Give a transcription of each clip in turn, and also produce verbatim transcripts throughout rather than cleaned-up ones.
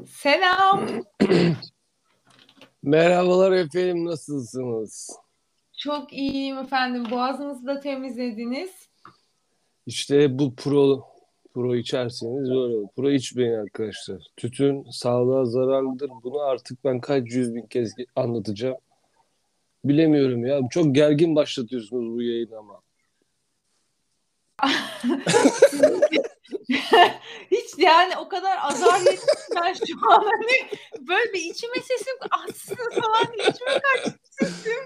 Selam. Merhabalar efendim, nasılsınız? Çok iyiyim efendim. Boğazınızı da temizlediniz. İşte bu pro pro içerseniz böyle olur. Pro içmeyin arkadaşlar. Tütün sağlığa zararlıdır. Bunu artık ben kaç yüz bin kez anlatacağım. Bilemiyorum ya. Çok gergin başlatıyorsunuz bu yayını ama. Hiç yani o kadar azar yedim ki ben şu an hani böyle bir içime sesim açsın falan içime kaçtı sesim.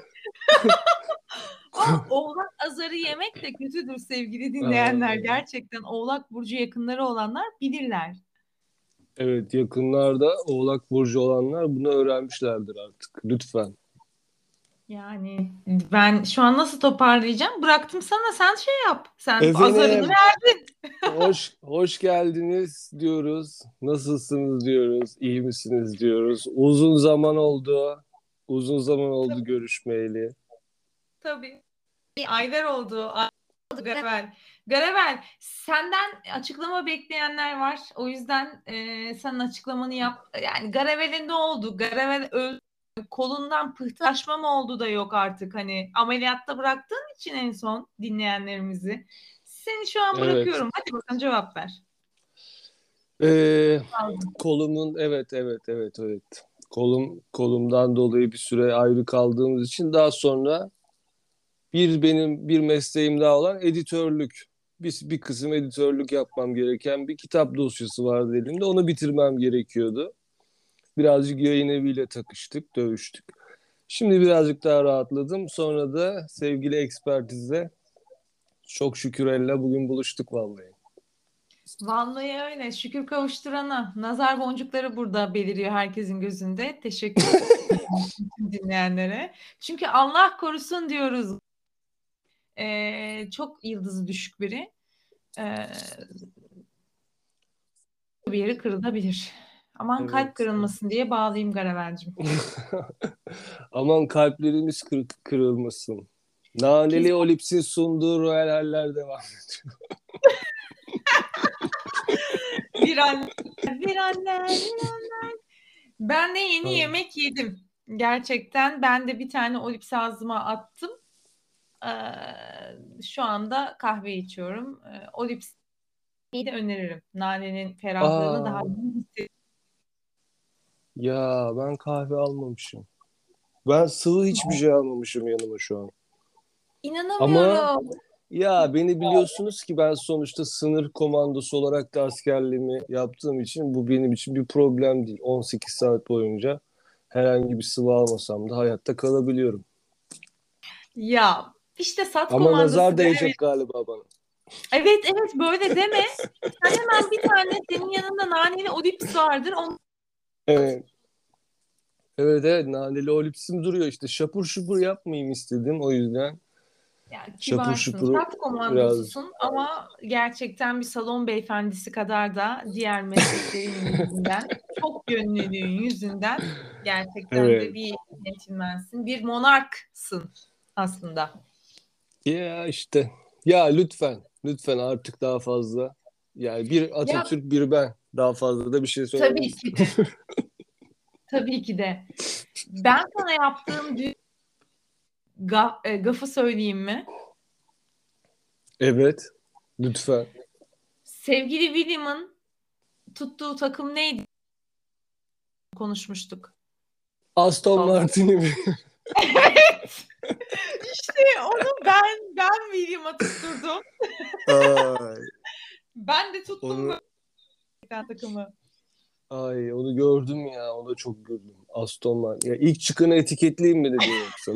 Ama oğlak azarı yemek de kötüdür sevgili dinleyenler. Aa, Gerçekten Oğlak Burcu yakınları olanlar bilirler. evet, yakınlarda Oğlak Burcu olanlar bunu öğrenmişlerdir artık. Lütfen. Yani ben şu an nasıl toparlayacağım? Bıraktım sana, sen şey yap. Sen azarını Efendim, verdin. hoş hoş geldiniz diyoruz. Nasılsınız diyoruz. İyi misiniz diyoruz. Uzun zaman oldu. Uzun zaman oldu Tabii, görüşmeyeli. tabii. Aylar oldu. Aylar oldu Garevel. Garevel, senden açıklama bekleyenler var. O yüzden e, sen açıklamanı yap. Yani Garevel'in ne oldu? Garevel öldü. Kolundan pıhtılaşma mı oldu da yok artık, hani ameliyatta bıraktığın için en son dinleyenlerimizi. Seni şu an Evet. bırakıyorum. Hadi bakalım cevap ver. Ee, kolumun evet evet evet evet. Kolum kolumdan dolayı bir süre ayrı kaldığımız için daha sonra bir benim bir mesleğim daha olan editörlük. Bir, bir kısım editörlük yapmam gereken bir kitap dosyası vardı elimde. Onu bitirmem gerekiyordu. Birazcık yayın eviyle takıştık, dövüştük. Şimdi birazcık daha rahatladım. Sonra da sevgili ekspertizle çok şükür elle bugün buluştuk vallahi. Vallahi öyle. Şükür kavuşturana. Nazar boncukları burada beliriyor herkesin gözünde. Teşekkür ederim bütün dinleyenlere. Çünkü Allah korusun diyoruz. Ee, çok yıldızı düşük biri. Ee, bir yeri kırılabilir. Aman kalp Evet. kırılmasın diye bağlayayım Garavelcim. Aman kalplerimiz kır kırılmasın. Kes Naneli Olips'in sunduğu Royal Haller devam ediyor. bir anne, bir anne, bir anne. Ben de yeni Ha. yemek yedim. Gerçekten ben de bir tane olips ağzıma attım. Ee, şu anda kahve içiyorum. Ee, Olips'i de öneririm. Nanenin ferahlığını daha Aa, iyi hissediyorum. ya ben kahve almamışım. Ben sıvı hiçbir şey almamışım yanıma şu an. Ama İnanamıyorum. ya beni biliyorsunuz ki ben sonuçta sınır komandosu olarak da askerliğimi yaptığım için bu benim için bir problem değil. on sekiz saat boyunca herhangi bir sıvı almasam da hayatta kalabiliyorum. Ya işte sat Ama komandası nazar görevi. değecek galiba bana. Evet, evet, böyle deme. Sen hemen bir tane, senin yanında naneli Olips vardır. Onu at. Evet. Evet evet, naneli olipsim duruyor işte, şapur şupur yapmayayım istedim o yüzden Yani şapur kibarsın. şupuru Sat biraz. komandosusun ama gerçekten bir salon beyefendisi kadar da diğer mesleklerin yüzünden, çok yönlülüğün yüzünden gerçekten de Evet bir centilmensin. Bir monarksın aslında. ya işte, ya lütfen lütfen artık daha fazla, yani bir Ya Atatürk bir ben, daha fazla da bir şey söylemek tabii ki de, istemiyorum. tabii ki de. Ben sana yaptığım dü- ga- e, gafı söyleyeyim mi? Evet, lütfen. Sevgili William'ın tuttuğu takım neydi? Konuşmuştuk. Aston Baba. Martin'i mi? Evet. İşte onu ben ben William'a tutturdum. Ay, Ben de tuttum onu böyle takımı. ay onu gördüm ya, onu çok gördüm. Aston Martin. Ya ilk çıkanı etiketleyeyim mi dedin yoksa?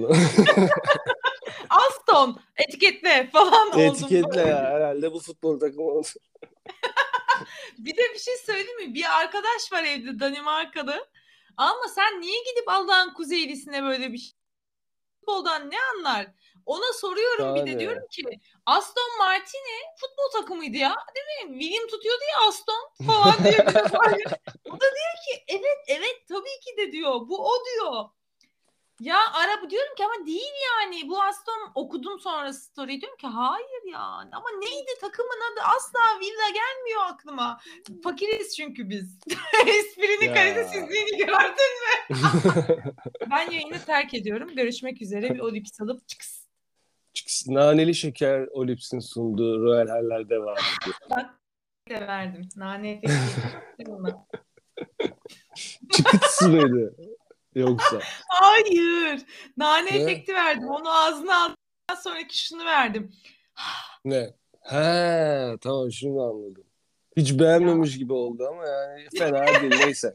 Aston etiketle falan oldum Etiketle böyle. ya, herhalde bu futbol takımı. Bir de bir şey söyleyeyim mi? Bir arkadaş var evde, Danimarkalı. Ama sen niye gidip Allah'ın kuzeylisine böyle bir şey, futboldan ne anlar? Ona soruyorum, bir de Yani. diyorum ki Aston Martin'e futbol takımıydı ya, değil mi? William tutuyordu ya Aston falan diye bir de böyle. O da diyor ki evet, evet, tabii ki de diyor. Bu o diyor. Ya araba diyorum ki ama değil yani. Bu Aston okudum sonra story diyorum ki hayır ya. Ama neydi takımın adı? Asla Villa gelmiyor aklıma. Fakiriz çünkü biz. Esprinin Ya. kalitesizliğini gördün. Ben yayını terk ediyorum. Görüşmek üzere. Bir Olips alıp çıks. Çıksın. Naneli şeker Olips'in sunduğu Royal Haller devam ediyor. Bak de verdim. Nane efekti. Ona. Çıkıtısı mıydı yoksa? Hayır. Nane Ne? efekti verdim. Onu ağzına aldıktan sonraki şunu verdim. Ne? He, tamam şimdi anladım. Hiç Ya. beğenmemiş gibi oldu ama yani fena değil. Neyse.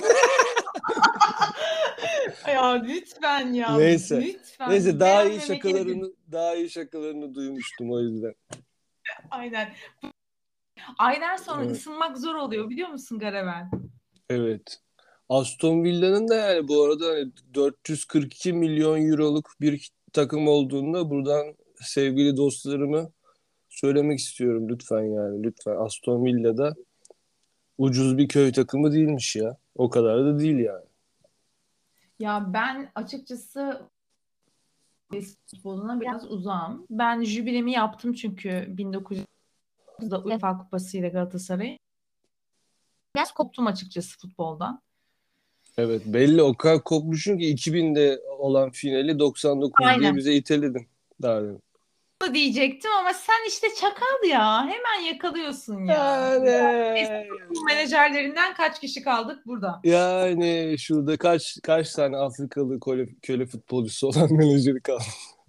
Ya lütfen ya. Neyse. Neyse Lütfen. daha iyi Beğenmeme gerek. şakalarını daha iyi şakalarını duymuştum o yüzden. Aynen. Aylar sonra Evet. ısınmak zor oluyor biliyor musun Garavel? Evet. Aston Villa'nın da yani bu arada hani dört yüz kırk iki milyon euroluk bir takım olduğunda buradan sevgili dostlarımı söylemek istiyorum lütfen yani lütfen Aston Villa'da ucuz bir köy takımı değilmiş ya. O kadar da değil yani. Ya ben açıkçası futboluna biraz uzağım. Ben jübilemi yaptım çünkü bin dokuz yüzde UEFA Kupası ile Galatasaray. Biraz koptum açıkçası futboldan. Evet belli o kadar kopmuşsun ki iki binde olan finali doksan dokuz diye Aynen. bize iteledin. Daha demin. Bunu diyecektim ama sen işte çakal ya. Hemen yakalıyorsun ya. Eski Yani futbol menajerlerinden kaç kişi kaldık burada? yani şurada kaç kaç tane Afrikalı köle, köle futbolcusu olan menajeri kaldı.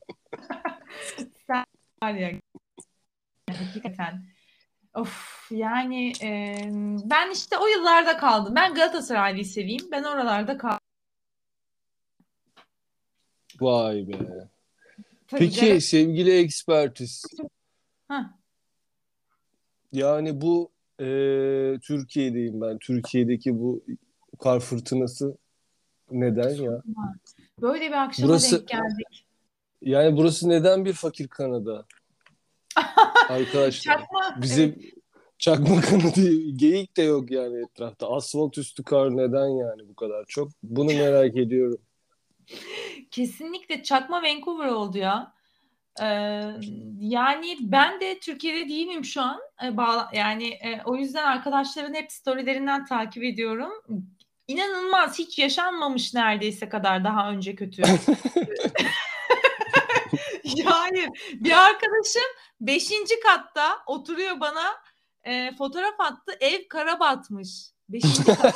Sen var ya hakikaten. Of yani e, ben işte o yıllarda kaldım. Ben Galatasaraylı'yı seveyim. Ben oralarda kaldım. Vay be. Tabii Galatasaray. Peki sevgili ekspertiz. Heh. Yani bu e, Türkiye'deyim ben. Türkiye'deki bu kar fırtınası neden ya? Böyle bir akşama Burası denk geldik. yani burası neden bir fakir Kanada? Arkadaşlar Çakma. Evet. bize çakma Kanada geyik de yok yani etrafta. Asfalt üstü kar neden yani bu kadar çok? Bunu merak ediyorum. Kesinlikle çakma Vancouver oldu ya. Ee, yani ben de Türkiye'de değilim şu an. Ee, bağla- yani e, o yüzden arkadaşların hep storylerinden takip ediyorum. İnanılmaz hiç yaşanmamış neredeyse kadar daha önce kötü. Yani bir arkadaşım beşinci katta oturuyor bana e, fotoğraf attı. Ev kara batmış. Beşinci kat.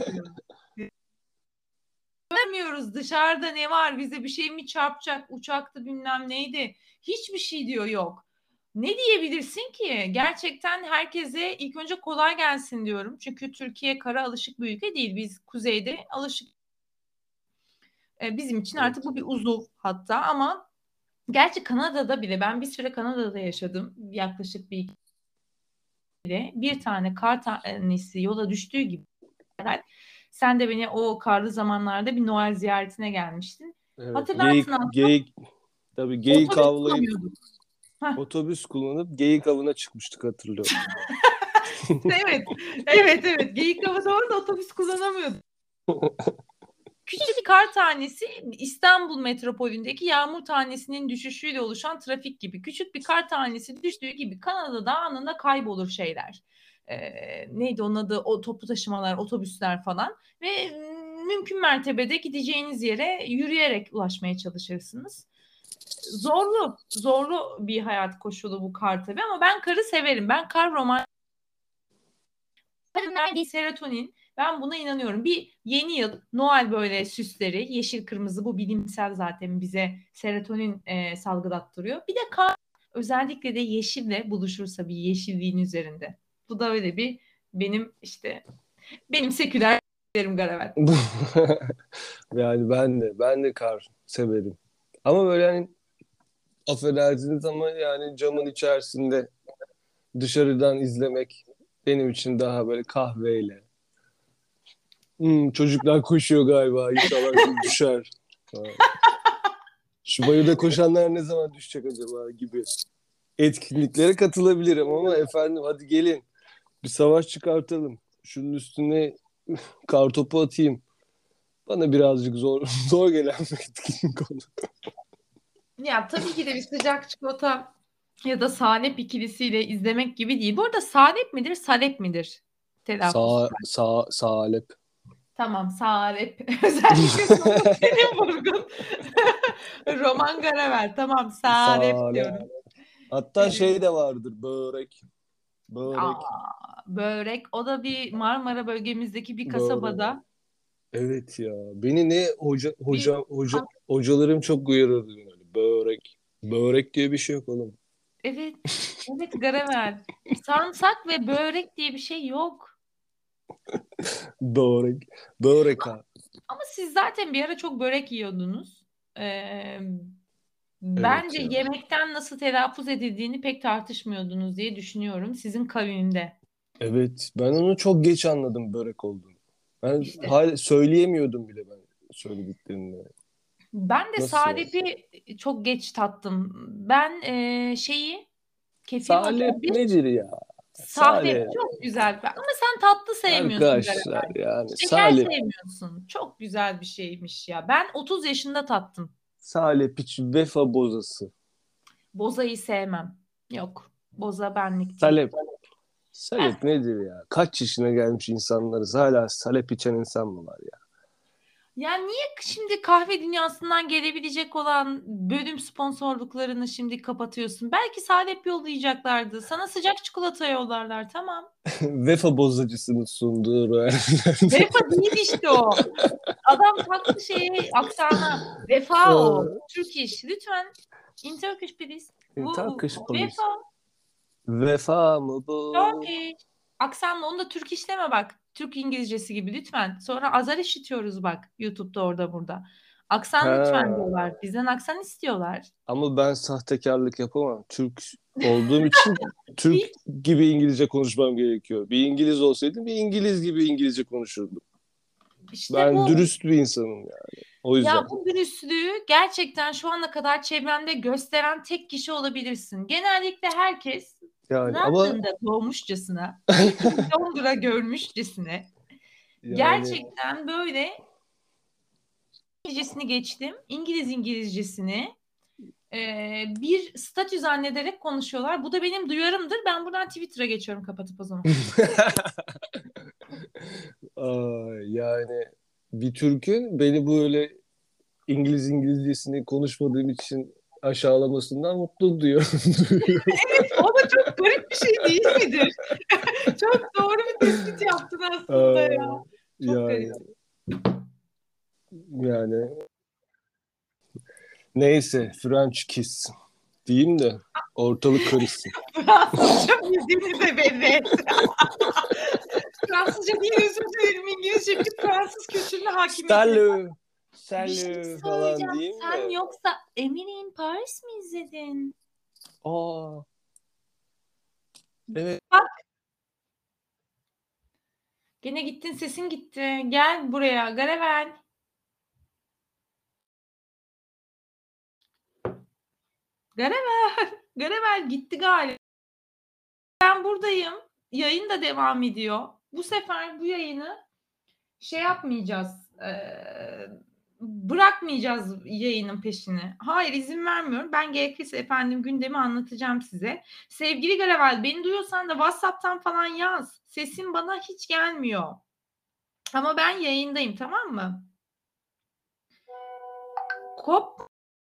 Göremiyoruz dışarıda ne var bize bir şey mi çarpacak uçaktı bilmem neydi. Hiçbir şey diyor yok. Ne diyebilirsin ki? Gerçekten herkese ilk önce kolay gelsin diyorum. Çünkü Türkiye kara alışık bir ülke değil. Biz kuzeyde alışık. E, bizim için artık Evet. bu bir uzuv hatta ama gerçi Kanada'da bile ben bir süre Kanada'da yaşadım. Yaklaşık bir iki yıl. Bir tane kar tanesi yola düştüğü gibi. Sen de beni o karlı zamanlarda bir Noel ziyaretine gelmiştin. Evet. Hatırlarsın Geyik aslında geyik tabii geyik otobüs avlayıp bulamıyorduk. Heh, otobüs kullanıp geyik avına çıkmıştık hatırlıyorum. evet, evet, evet. Geyik Hava doğru da otobüs kullanamıyorduk. Küçük bir kar tanesi İstanbul metropolündeki yağmur tanesinin düşüşüyle oluşan trafik gibi. Küçük bir kar tanesi düştüğü gibi Kanada'da anında kaybolur şeyler. Ee, neydi onun adı? O toplu taşımalar, otobüsler falan. Ve mümkün mertebede gideceğiniz yere yürüyerek ulaşmaya çalışırsınız. Zorlu, zorlu bir hayat koşulu bu kar tabii ama ben karı severim. Ben kar roman verdiği serotonin ben buna inanıyorum. Bir yeni yıl Noel böyle süsleri yeşil kırmızı bu bilimsel zaten bize serotonin e, salgılattırıyor. Bir de kar özellikle de yeşille buluşursa bir yeşilliğin üzerinde. Bu da öyle bir benim işte benim seküler derim Garavel. Yani ben de ben de kar severim. Ama böyle hani affedersiniz ama yani camın içerisinde dışarıdan izlemek benim için daha böyle kahveyle. Hmm, çocuklar koşuyor galiba. İnşallah şimdi düşer. Ha. Şu bayırda koşanlar ne zaman düşecek acaba gibi etkinliklere katılabilirim ama efendim hadi gelin bir savaş çıkartalım. Şunun üstüne kartopu atayım. bana birazcık zor zor gelen bir etkinlik konu. Ya tabii ki de bir sıcak çikolata ya da salep ikilisiyle izlemek gibi değil. Bu arada salep midir, salep midir telaffuz? Sağ sağ salep. Tamam, salep. Özellikle sonunda senin vurgun. Roman Garavel. Tamam, salep Salep. diyorum. Hatta Evet. şey de vardır, börek. Aa, Börek. börek. O da bir Marmara bölgemizdeki bir Börek. kasabada Evet ya. Beni ne hoca bir hoca hoca hocalarım çok uyarırdı böyle. Börek. Börek diye bir şey yok oğlum. evet, evet Garavel. Sarımsak ve börek diye bir şey yok. Börek. Börek ha. Ama siz zaten bir ara çok börek yiyordunuz. Ee, Evet bence ya. yemekten nasıl telaffuz edildiğini pek tartışmıyordunuz diye düşünüyorum sizin kavimde. Evet. Ben onu çok geç anladım börek olduğunu. Ben İşte. hala söyleyemiyordum bile ben söylediklerini. Ben de Nasıl yani? sadepi çok geç tattım. Ben e, şeyi kefir Salep otuz bir nedir ya? sade Salep. çok güzel. Ama sen tatlı sevmiyorsun galiba. Arkadaşlar yani Şeker salep. sevmiyorsun. Çok güzel bir şeymiş ya. Ben otuz yaşında tattım. Salep hiç vefa bozası. Bozayı sevmem. Yok. Boza benlik değil. Salep. Ben Salep nedir ya? Kaç yaşına gelmiş insanlarız hala salep içen insan mı var ya? yani niye şimdi kahve dünyasından gelebilecek olan bölüm sponsorluklarını şimdi kapatıyorsun? Belki salep yollayacaklardı. Sana sıcak çikolata yollarlar. Tamam. Vefa bozacısının sunduğu Royal. Vefa değil işte o. Adam taktı şeye aksana. Vefa o. Ee, Turkish. Lütfen. In Turkish please. Bu Turkish police. Vefa. Vefa mı bu? Turkish. Aksanla onu da Türk işleme bak. Türk İngilizcesi gibi lütfen. Sonra azar işitiyoruz bak. YouTube'da orada burada. Aksan lütfen Ha. diyorlar. Bizden aksan istiyorlar. Ama ben sahtekarlık yapamam. Türk olduğum için Türk gibi İngilizce konuşmam gerekiyor. Bir İngiliz olsaydım bir İngiliz gibi İngilizce konuşurdum. İşte Ben bu. dürüst bir insanım yani. O yüzden. Ya bu dürüstlüğü gerçekten şu ana kadar çevremde gösteren tek kişi olabilirsin. Genellikle herkes Yani ama London'da doğmuşçasına, bir tur Londra görmüşçesine yani gerçekten böyle İngilizcesini geçtim. İngiliz İngilizcesini e, bir statü zannederek konuşuyorlar. Bu da benim duyarımdır. Ben buradan Twitter'a geçiyorum kapatıp o zaman. Aa, yani bir Türk'ün beni böyle İngiliz İngilizcesini konuşmadığım için aşağılamasından mutluluk duyuyorum. duyuyorum. O da çok garip bir şey değil midir? Çok doğru bir tespit yaptın aslında ya. Aa, Çok garip. yani yani neyse French kiss diyeyim de ortalık karışsın. Fransızca bildiğini de belli et. Fransızca değil özür dilerim. İngilizce bir Fransız kültürüne hakimiyetin. Salut, Bir şey salut falan söyleyeceğim. diyeyim Sen de. yoksa Emily in Paris mi izledin? Aa, evet. Bak gene gittin sesin gitti. Gel buraya Garevel. Garevel. Garevel gitti galiba. Ben buradayım. Yayın da devam ediyor. Bu sefer bu yayını şey yapmayacağız. Eee, bırakmayacağız yayının peşini. Hayır izin vermiyorum. Ben gerekirse efendim gündemi anlatacağım size. Sevgili Garevel beni duyuyorsan da WhatsApp'tan falan yaz. Sesin bana hiç gelmiyor. Ama ben yayındayım tamam mı? Kop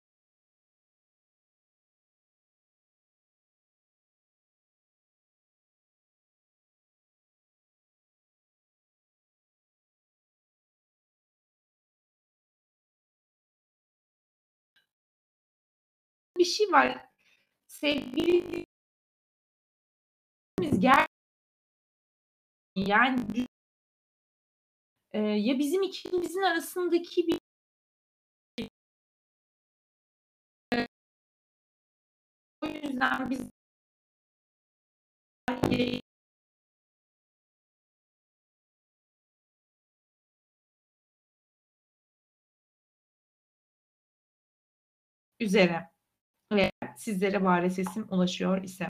bir şey var. Sevgilimiz gel yani e, ya bizim ikimizin arasındaki bir o yüzden biz üzere ve sizlere bari sesim ulaşıyor ise.